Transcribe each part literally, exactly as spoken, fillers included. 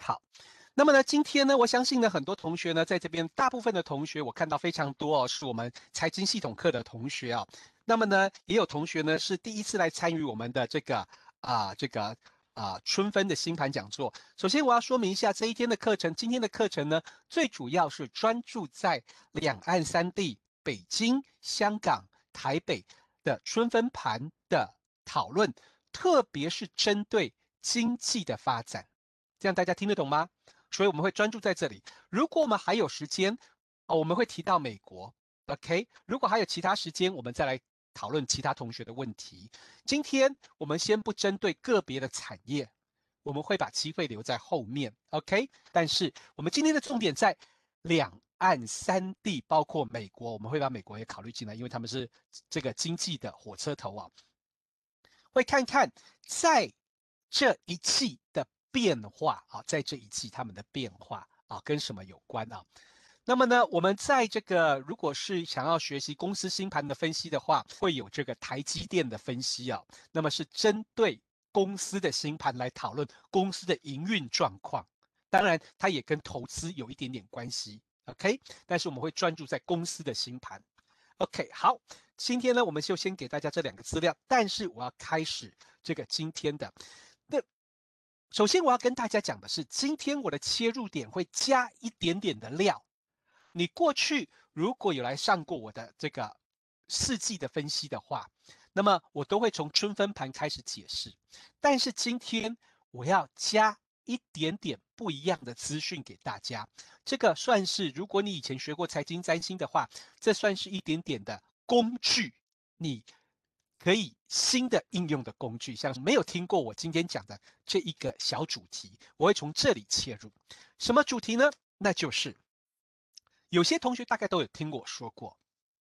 好，那么呢，今天呢，我相信呢，很多同学呢，在这边，大部分的同学我看到非常多哦，是我们财经系统课的同学啊。那么呢，也有同学呢是第一次来参与我们的这个啊、这个啊、春分的星盘讲座。首先，我要说明一下这一天的课程，今天的课程呢，最主要是专注在两岸三地、北京、香港、台北的春分盘的讨论，特别是针对经济的发展。这样大家听得懂吗？所以我们会专注在这里。如果我们还有时间，哦，我们会提到美国。OK，如果还有其他时间，我们再来讨论其他同学的问题。今天我们先不针对个别的产业，我们会把机会留在后面。OK，但是我们今天的重点在两岸三地，包括美国，我们会把美国也考虑进来，因为他们是这个经济的火车头啊。会看看在这一季的变化啊，在这一季他们的变化啊，跟什么有关啊？那么呢，我们在这个如果是想要学习公司星盘的分析的话，会有这个台积电的分析啊，那么是针对公司的星盘来讨论公司的营运状况。当然，它也跟投资有一点点关系，OK？但是我们会专注在公司的星盘。OK，好，今天呢，我们就先给大家这两个资料，但是我要开始这个今天的。那首先我要跟大家讲的是，今天我的切入点会加一点点的料。你过去如果有来上过我的这个四季的分析的话，那么我都会从春分盘开始解释。但是今天我要加一点点不一样的资讯给大家。这个算是，如果你以前学过财经占星的话，这算是一点点的工具，你可以新的应用的工具，像是没有听过我今天讲的这一个小主题，我会从这里切入。什么主题呢？那就是有些同学大概都有听我说过，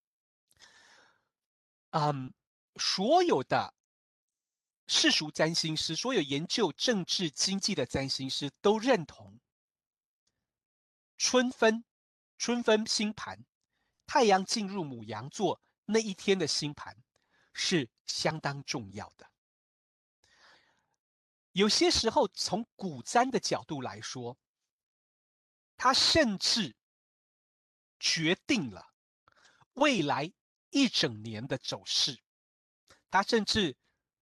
嗯，所有的世俗占星师，所有研究政治经济的占星师都认同春分，春分星盘，太阳进入牡羊座那一天的星盘是相当重要的。有些时候，从古占的角度来说，它甚至决定了未来一整年的走势，它甚至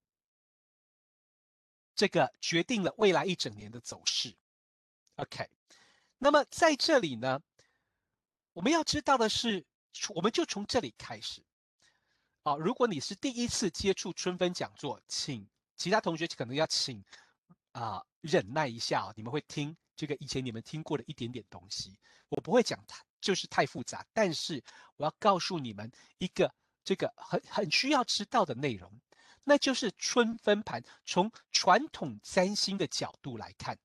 这个决定了未来一整年的走势。OK，那么在这里呢，我们要知道的是，我们就从这里开始。啊，如果你是第一次接触春分讲座，请其他同学可能要请啊、忍耐一下、哦，你们会听这个以前你们听过的一点点东西，我不会讲太就是太复杂，但是我要告诉你们一个这个很很需要知道的内容，那就是春分盘从传统占星的角度来看，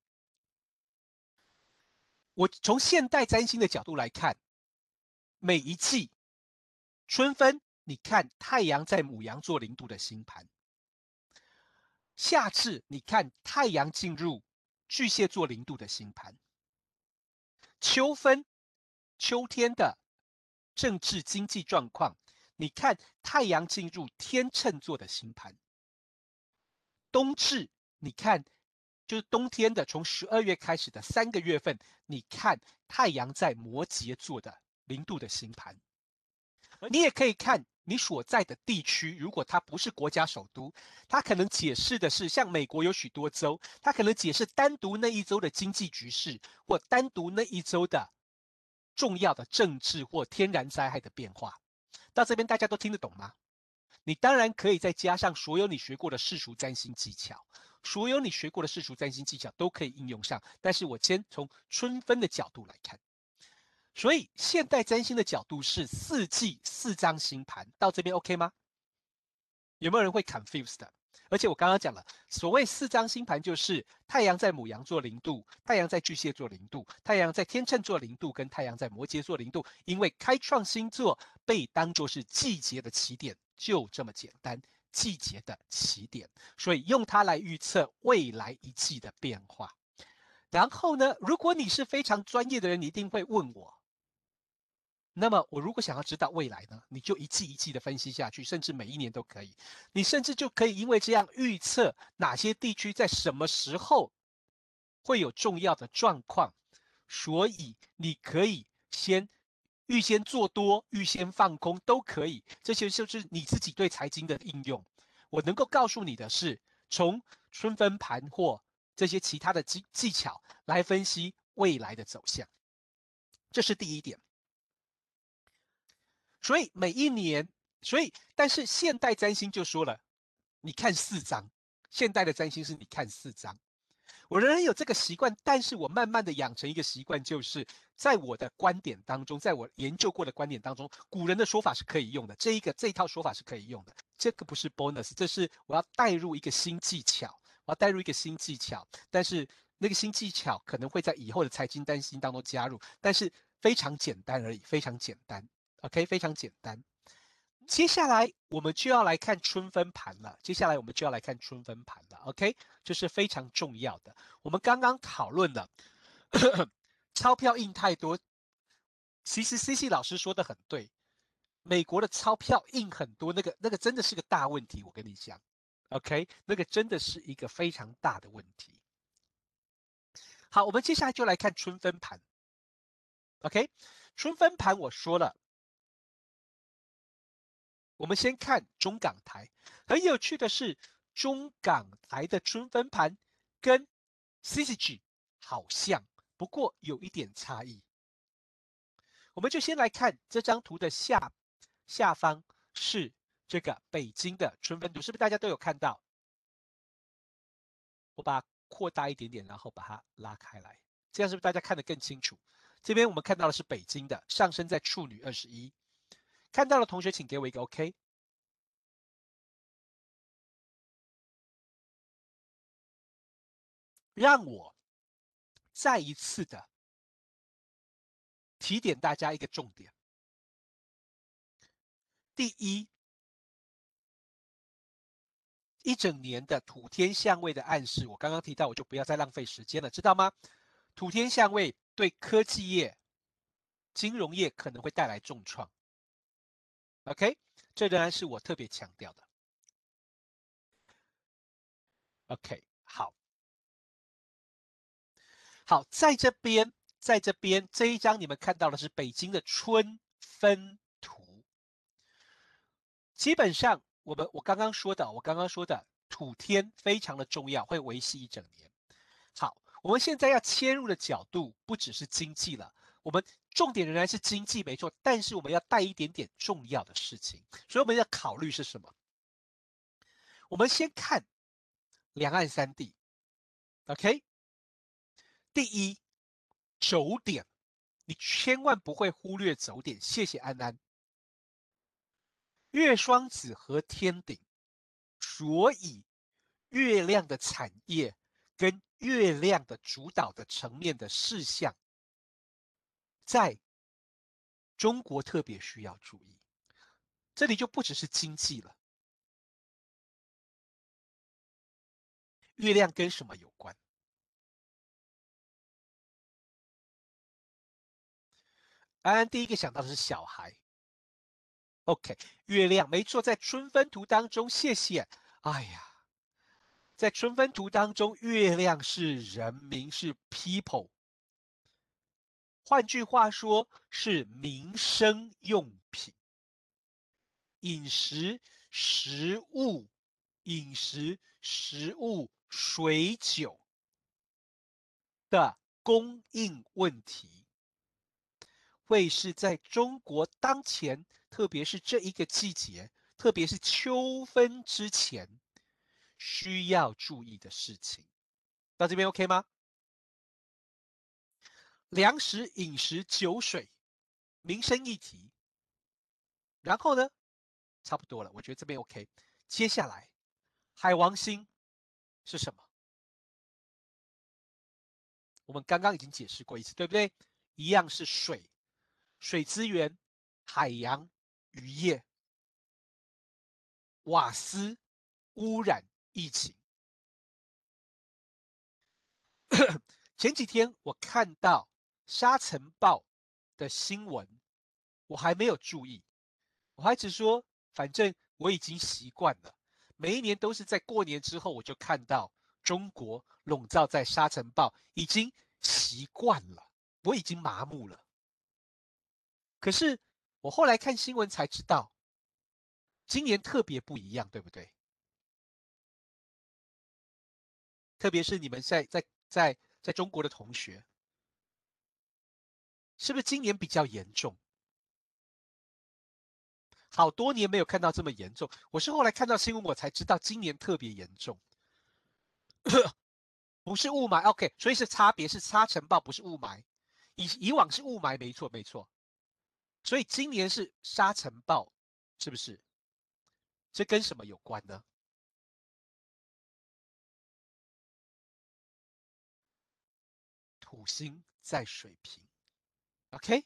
我从现代占星的角度来看，每一季春分，你看太阳在牡羊座零度的星盘。夏至，你看太阳进入巨蟹座零度的星盘；秋分，秋天的政治经济状况，你看太阳进入天秤座的星盘；冬至，你看就是冬天的，从十二月开始的三个月份，你看太阳在摩羯座的零度的星盘。你也可以看你所在的地区，如果它不是国家首都，它可能解释的是，像美国有许多州，它可能解释单独那一州的经济局势，或单独那一州的重要的政治或天然灾害的变化。到这边大家都听得懂吗？你当然可以再加上所有你学过的世俗占星技巧，所有你学过的世俗占星技巧都可以应用上。但是我先从春分的角度来看。所以现代占星的角度是四季四张星盘，到这边 OK 吗？有没有人会 confused 的？而且我刚刚讲了，所谓四张星盘就是太阳在牡羊座零度，太阳在巨蟹座零度，太阳在天秤座零度，跟太阳在摩羯座零度。因为开创星座被当作是季节的起点，就这么简单，季节的起点，所以用它来预测未来一季的变化。然后呢，如果你是非常专业的人，你一定会问我，那么我如果想要知道未来呢，你就一季一季的分析下去，甚至每一年都可以。你甚至就可以因为这样预测哪些地区在什么时候会有重要的状况，所以你可以先预先做多，预先放空都可以。这些就是你自己对财经的应用。我能够告诉你的是，从春分盘或这些其他的技技巧来分析未来的走向，这是第一点。所以每一年，所以但是现代占星就说了，你看四张，现代的占星是你看四张。我仍然有这个习惯，但是我慢慢的养成一个习惯，就是在我的观点当中，在我研究过的观点当中，古人的说法是可以用的，这一个这一套说法是可以用的。这个不是 bonus， 这是我要带入一个新技巧，我要带入一个新技巧，但是那个新技巧可能会在以后的财经占星当中加入，但是非常简单而已，非常简单。OK， 非常简单。接下来我们就要来看春分盘了。接下来我们就要来看春分盘了。OK， 这是非常重要的。我们刚刚讨论了钞票印太多，其实 C C 老师说的很对，美国的钞票印很多，那个那个真的是个大问题。我跟你讲 ，OK， 那个真的是一个非常大的问题。好，我们接下来就来看春分盘。OK， 春分盘我说了。我们先看中港台，很有趣的是，中港台的春分盘跟 C C G 好像，不过有一点差异。我们就先来看这张图的下下方是这个北京的春分图，是不是大家都有看到？我把它扩大一点点，然后把它拉开来，这样是不是大家看得更清楚？这边我们看到的是北京的上升在处女二十一，看到的同学请给我一个 OK。让我再一次的提点大家一个重点。第一，一整年的土天相位的暗示，我刚刚提到，我就不要再浪费时间了，知道吗？土天相位对科技业、金融业可能会带来重创。OK， 这仍然是我特别强调的。OK， 好，好，在这边，在这边这一张你们看到的是北京的春分图。基本上，我们我刚刚说的，我刚刚说的土天非常的重要，会维系一整年。好，我们现在要切入的角度不只是经济了，我们重点仍然是经济没错，但是我们要带一点点重要的事情，所以我们要考虑是什么？我们先看两岸三地 ，OK？ 第一，轴点，你千万不会忽略轴点，谢谢安安。月双子和天顶，所以月亮的产业跟月亮的主导的层面的事项，在中国特别需要注意。这里就不只是经济了，月亮跟什么有关？安安第一个想到的是小孩。OK， 月亮没错，在春分图当中，谢谢。哎呀，在春分图当中，月亮是人民，是 people。换句话说，是民生用品、饮食、食物、饮食、食物、水酒的供应问题，会是在中国当前，特别是这一个季节，特别是秋分之前，需要注意的事情。到这边 OK 吗？粮食、饮食、酒水，民生议题。然后呢，差不多了，我觉得这边 OK。接下来，海王星是什么？我们刚刚已经解释过一次，对不对？一样是水，水资源、海洋、渔业、瓦斯、污染、疫情。前几天我看到沙尘暴的新闻，我还没有注意，我还只说，反正我已经习惯了，每一年都是在过年之后我就看到中国笼罩在沙尘暴已经习惯了，我已经麻木了。可是我后来看新闻才知道，今年特别不一样，对不对？特别是你们在在在在中国的同学，是不是今年比较严重？好多年没有看到这么严重，我是后来看到新闻我才知道今年特别严重。不是雾霾 ，OK， 所以是差别是沙尘暴，不是雾霾。以以往是雾霾，没错没错。所以今年是沙尘暴，是不是？这跟什么有关呢？土星在水瓶 ，OK，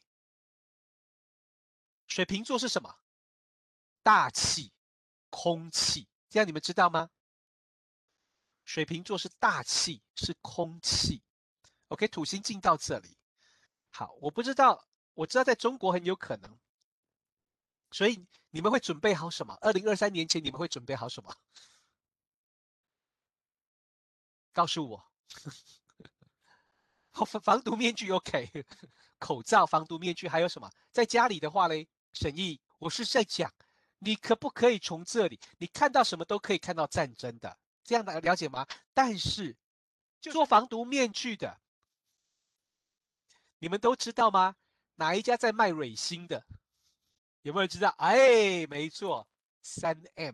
水瓶座是什么？大气、空气，这样你们知道吗？水瓶座是大气，是空气。OK， 土星进到这里，好，我不知道，我知道在中国很有可能，所以你们会准备好什么？二零二三年前你们会准备好什么？告诉我。防防毒面具 OK，口罩、防毒面具还有什么？在家里的话嘞，沈毅，我是在讲，你可不可以从这里，你看到什么都可以看到战争的，这样的了解吗？但是做防毒面具的，你们都知道吗？哪一家在卖蕊芯的？有没有人知道？哎，没错，三 M，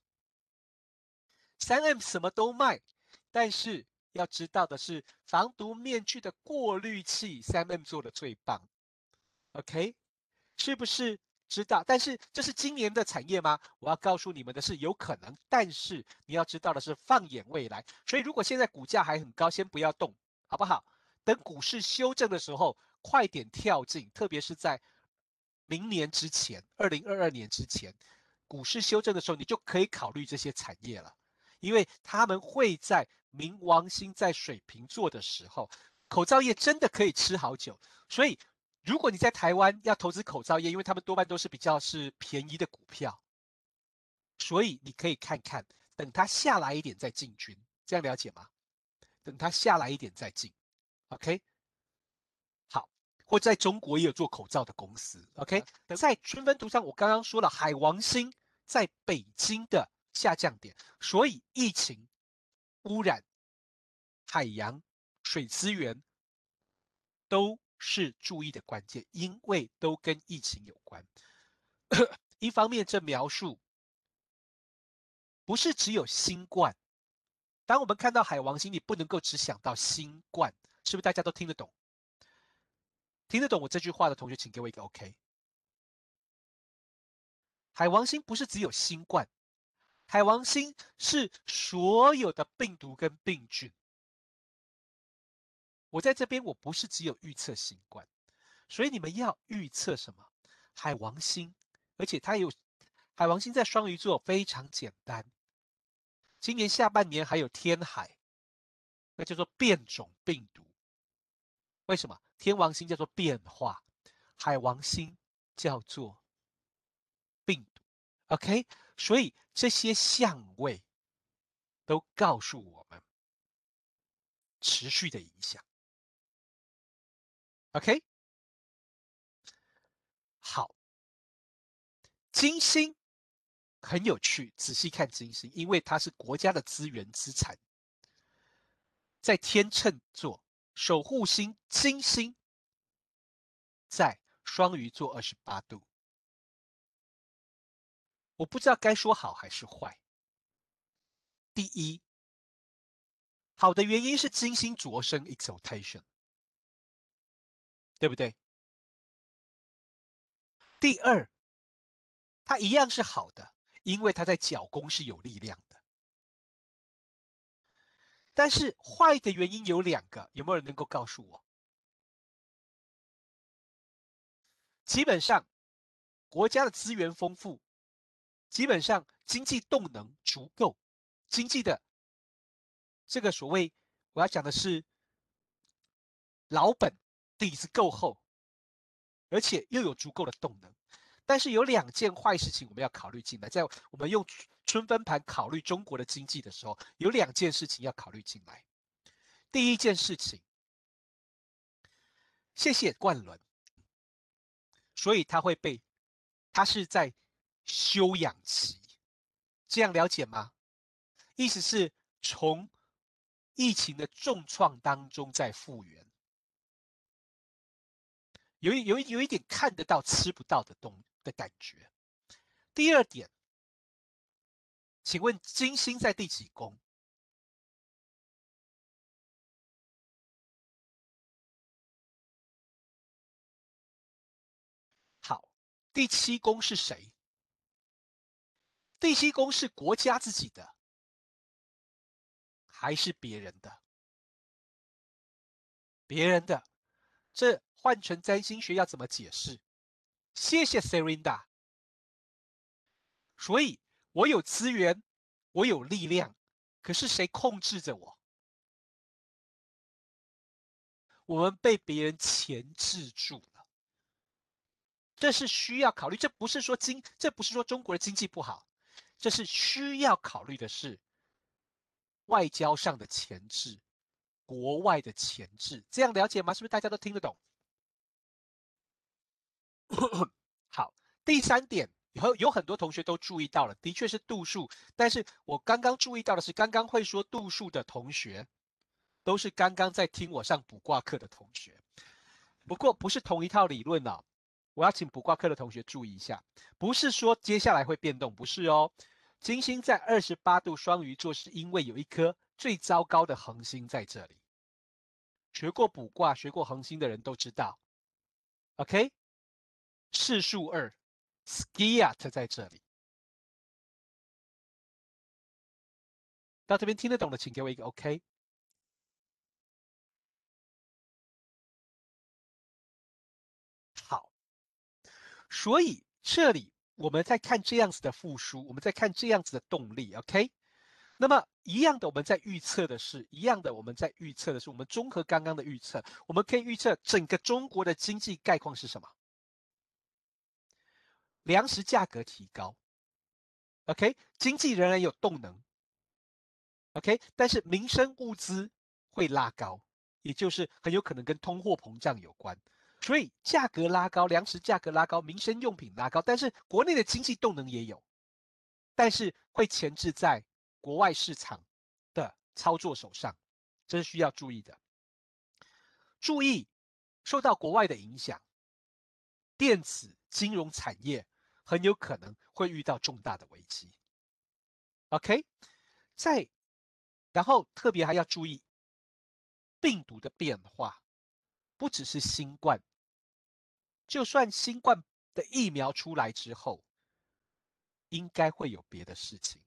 三 M 什么都卖，但是要知道的是，防毒面具的过滤器，三 M 做的最棒。OK，是不是知道？但是这是今年的产业吗？我要告诉你们的是，有可能。但是你要知道的是，放眼未来。所以如果现在股价还很高，先不要动，好不好？等股市修正的时候，快点跳进，特别是在明年之前，二零二二年之前，股市修正的时候，你就可以考虑这些产业了，因为他们会在冥王星在水瓶座的时候，口罩业真的可以吃好久。所以如果你在台湾要投资口罩业，因为他们多半都是比较是便宜的股票，所以你可以看看，等它下来一点再进军，这样了解吗？等它下来一点再进 ，OK？好，或在中国也有做口罩的公司 ，OK？在春分图上，我刚刚说了，海王星在北京的下降点，所以疫情、污染、海洋、水资源都是注意的关键，因为都跟疫情有关。一方面，这描述不是只有新冠。当我们看到海王星，你不能够只想到新冠，是不是大家都听得懂？听得懂我这句话的同学，请给我一个 OK。海王星不是只有新冠，海王星是所有的病毒跟病菌。我在这边，我不是只有预测新冠，所以你们要预测什么？海王星，而且它有海王星在双鱼座，非常简单。今年下半年还有天海，那叫做变种病毒。为什么？天王星叫做变化，海王星叫做病毒。OK，所以这些相位都告诉我们持续的影响。OK，好，金星很有趣，仔细看金星，因为它是国家的资源资产，在天秤座，守护星金星在双鱼座二十八度。我不知道该说好还是坏。第一，好的原因是金星着升 exaltation， 对不对？第二，它一样是好的，因为它在角宫是有力量的。但是坏的原因有两个，有没有人能够告诉我？基本上，国家的资源丰富，基本上经济动能足够，经济的这个所谓我要讲的是老本底子够厚，而且又有足够的动能。但是有两件坏事情我们要考虑进来，在我们用春分盘考虑中国的经济的时候，有两件事情要考虑进来。第一件事情，谢谢冠伦，所以他会被，他是在休养期，这样了解吗？意思是从疫情的重创当中在复原，有有有一点看得到吃不到的东的感觉。第二点，请问金星在第几宫？好，第七宫是谁？第七宫是国家自己的，还是别人的？别人的。这换成占星学要怎么解释？谢谢 Serinda。所以我有资源，我有力量，可是谁控制着我？我们被别人钳制住了，这是需要考虑。这不是说经，这不是说中国的经济不好，这是需要考虑的是外交上的钳制，国外的钳制。这样了解吗？是不是大家都听得懂？好，第三点，有有很多同学都注意到了，的确是度数，但是我刚刚注意到的是，刚刚会说度数的同学，都是刚刚在听我上卜卦课的同学。不过不是同一套理论啊，我要请卜卦课的同学注意一下，不是说接下来会变动，不是哦。金星在二十八度双鱼座，是因为有一颗最糟糕的恒星在这里。学过卜卦、学过恒星的人都知道 ，OK？次数二 ，Skiat 在这里。到这边听得懂的，请给我一个 OK。好，所以这里我们在看这样子的复苏，我们在看这样子的动力，OK。那么一样的，我们在预测的是一样的，我们在预测的是，我们综合刚刚的预测，我们可以预测整个中国的经济概况是什么？粮食价格提高，OK，经济仍然有动能，OK，但是民生物资会拉高，也就是很有可能跟通货膨胀有关。所以价格拉高，粮食价格拉高，民生用品拉高，但是国内的经济动能也有，但是会前置在国外市场的操作手上，这是需要注意的。注意，受到国外的影响，电子金融产业很有可能会遇到重大的危机。OK，在然后特别还要注意病毒的变化，不只是新冠，就算新冠的疫苗出来之后，应该会有别的事情。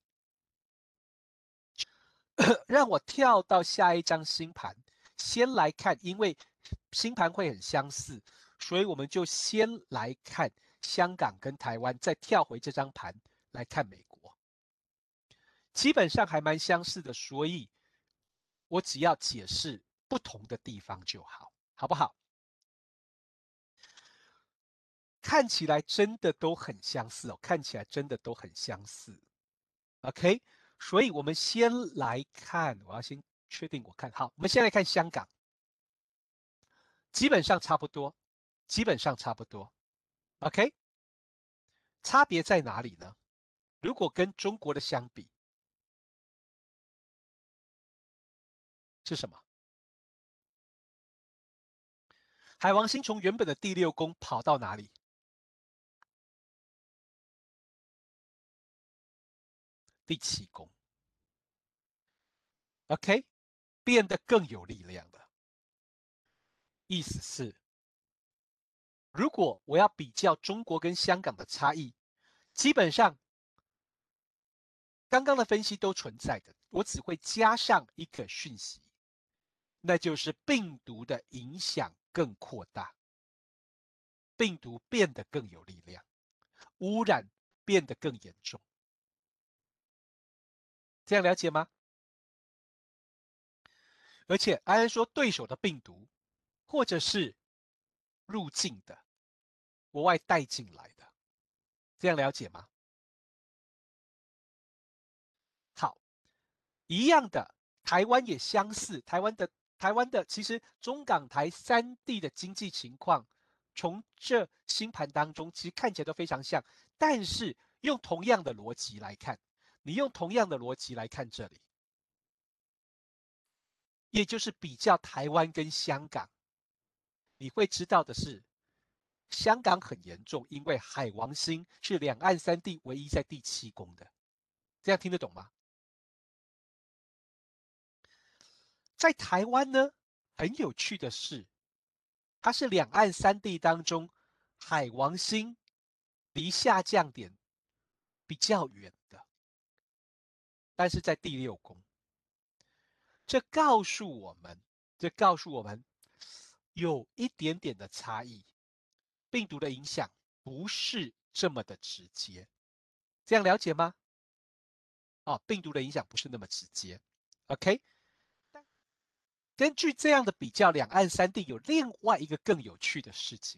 让我跳到下一张星盘，先来看，因为星盘会很相似，所以我们就先来看香港跟台湾，再跳回这张盘来看美国，基本上还蛮相似的，所以我只要解释不同的地方就好，好不好？看起来真的都很相似哦，看起来真的都很相似。OK，所以我们先来看，我要先确定我看好，我们先来看香港，基本上差不多，基本上差不多。OK，差别在哪里呢？如果跟中国的相比，是什么？海王星从原本的第六宫跑到哪里？第七宫。OK，变得更有力量了。意思是，如果我要比较中国跟香港的差异，基本上刚刚的分析都存在的，我只会加上一个讯息，那就是病毒的影响更扩大，病毒变得更有力量，污染变得更严重。这样了解吗？而且安安说，对手的病毒或者是入境的、国外带进来的，这样了解吗？ 一样的，台湾也相似。台湾的台湾的其实中港台三地的经济情况，从这星盘当中其实看起来都非常像。但是用同样的逻辑来看，你用同样的逻辑来看这里，也就是比较台湾跟香港，你会知道的是，香港很严重，因为海王星是两岸三地唯一在第七宫的。这样听得懂吗？在台湾呢，很有趣的是，它是两岸三地当中海王星离下降点比较远的，但是在第六宫。这告诉我们，这告诉我们有一点点的差异，病毒的影响不是这么的直接，这样了解吗？哦，病毒的影响不是那么直接。OK，根据这样的比较，两岸三地有另外一个更有趣的事情，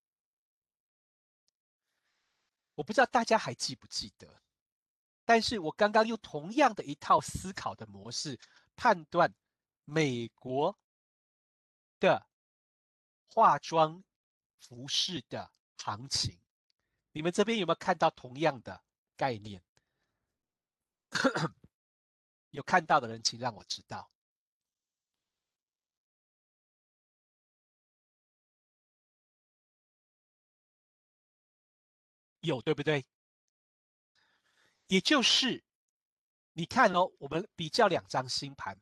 我不知道大家还记不记得，但是我刚刚用同样的一套思考的模式判断美国的化妆服饰的行情，你们这边有没有看到同样的概念？有看到的人，请让我知道。有对不对？也就是你看哦，我们比较两张星盘。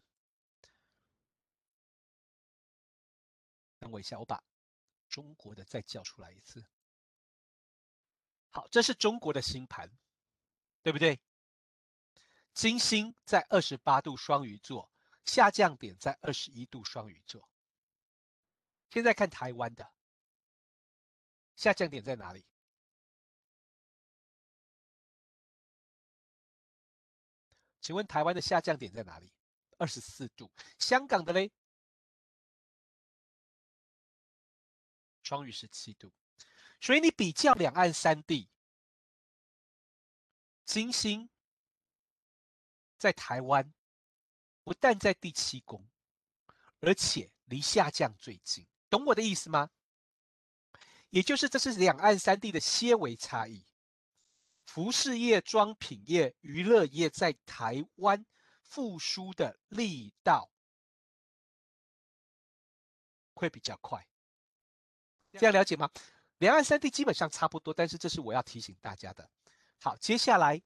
等我一下，我把中国的再叫出来一次。好，这是中国的星盘，对不对？金星在二十八度双鱼座，下降点在二十一度双鱼座。现在看台湾的下降点在哪里？请问台湾的下降点在哪里？二十四度。香港的嘞？双鱼十七度。所以你比较两岸三地，金星在台湾不但在第七宫，而且离下降最近，懂我的意思吗？也就是这是两岸三地的些微差异。服饰业、装品业、娱乐业在台湾复苏的力道会比较快，这样了解吗？两岸三地基本上差不多，但是这是我要提醒大家的。好，接下来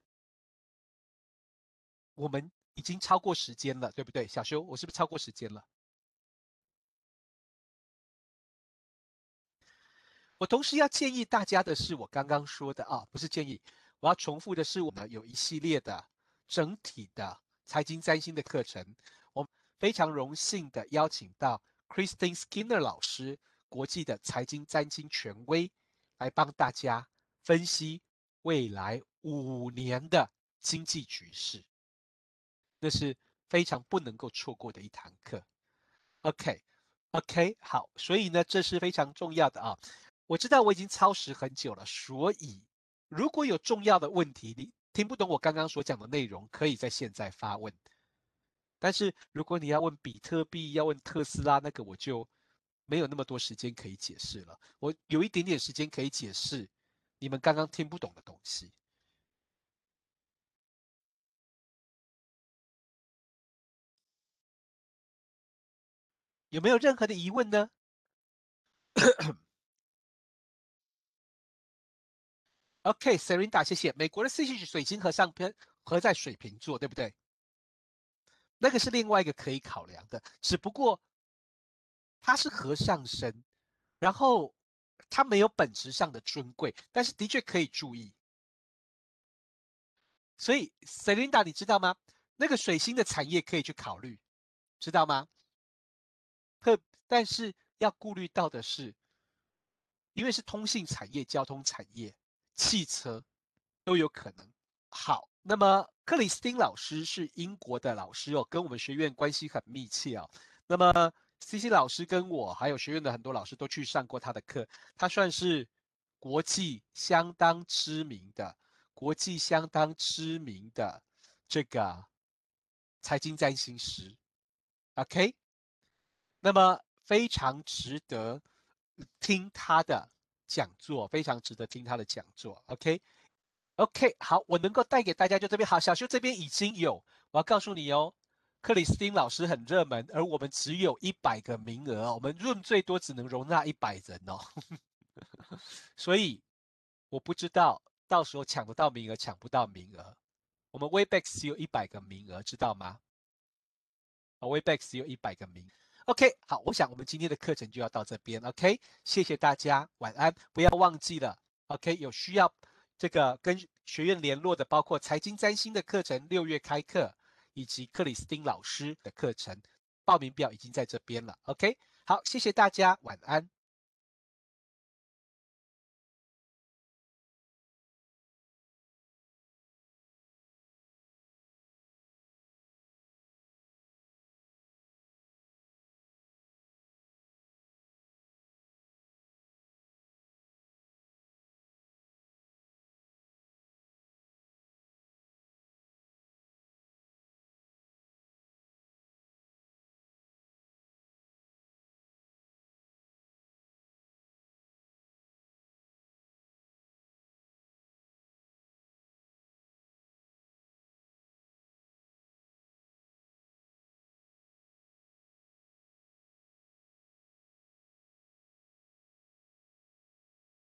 我们已经超过时间了，对不对？小修，我是不是超过时间了？我同时要建议大家的是，我刚刚说的啊，不是建议，我要重复的是，我们有一系列的整体的财经占星的课程，我们非常荣幸的邀请到 Christine Skinner 老师，国际的财经占星权威，来帮大家分析未来五年的经济局势，那是非常不能够错过的一堂课。OK，OK，、OK, 好，所以呢，这是非常重要的啊。我知道我已经超时很久了，所以如果有重要的问题，你听不懂我刚刚所讲的内容，可以在现在发问。但是如果你要问比特币，要问特斯拉，那个我就没有那么多时间可以解释了。我有一点点时间可以解释你们刚刚听不懂的东西。有没有任何的疑问呢？OK，Serinda，、okay, 谢谢。美国的 C 系水晶和上偏合在水瓶座，对不对？那个是另外一个可以考量的，只不过它是合上升，然后它没有本质上的尊贵，但是的确可以注意。所以 Selinda， 你知道吗？那个水星的产业可以去考虑，知道吗？特但是要顾虑到的是，因为是通信产业、交通产业、汽车都有可能。好，那么克里斯汀老师是英国的老师哦，跟我们学院关系很密切哦。那么 C C 老师跟我还有学院的很多老师都去上过他的课，他算是国际相当知名的、国际相当知名的这个财经占星师 ，OK？那么非常值得听他的讲座，非常值得听他的讲座 ，OK？OK，、OK? 好，我能够带给大家就这边好，小修这边已经有，我要告诉你哦，克里斯汀老师很热门，而我们只有一百个名额，我们 room 最多只能容纳一百人哦，所以我不知道到时候抢得到名额，抢不到名额。我们 Webex 只有一百个名额，知道吗？啊 ，Webex 只有一百个名额。OK， 好，我想我们今天的课程就要到这边。OK， 谢谢大家，晚安。不要忘记了 ，OK， 有需要这个跟学院联络的，包括财经占星的课程，六月开课，以及克里斯汀老师的课程，报名表已经在这边了。OK，好，谢谢大家，晚安。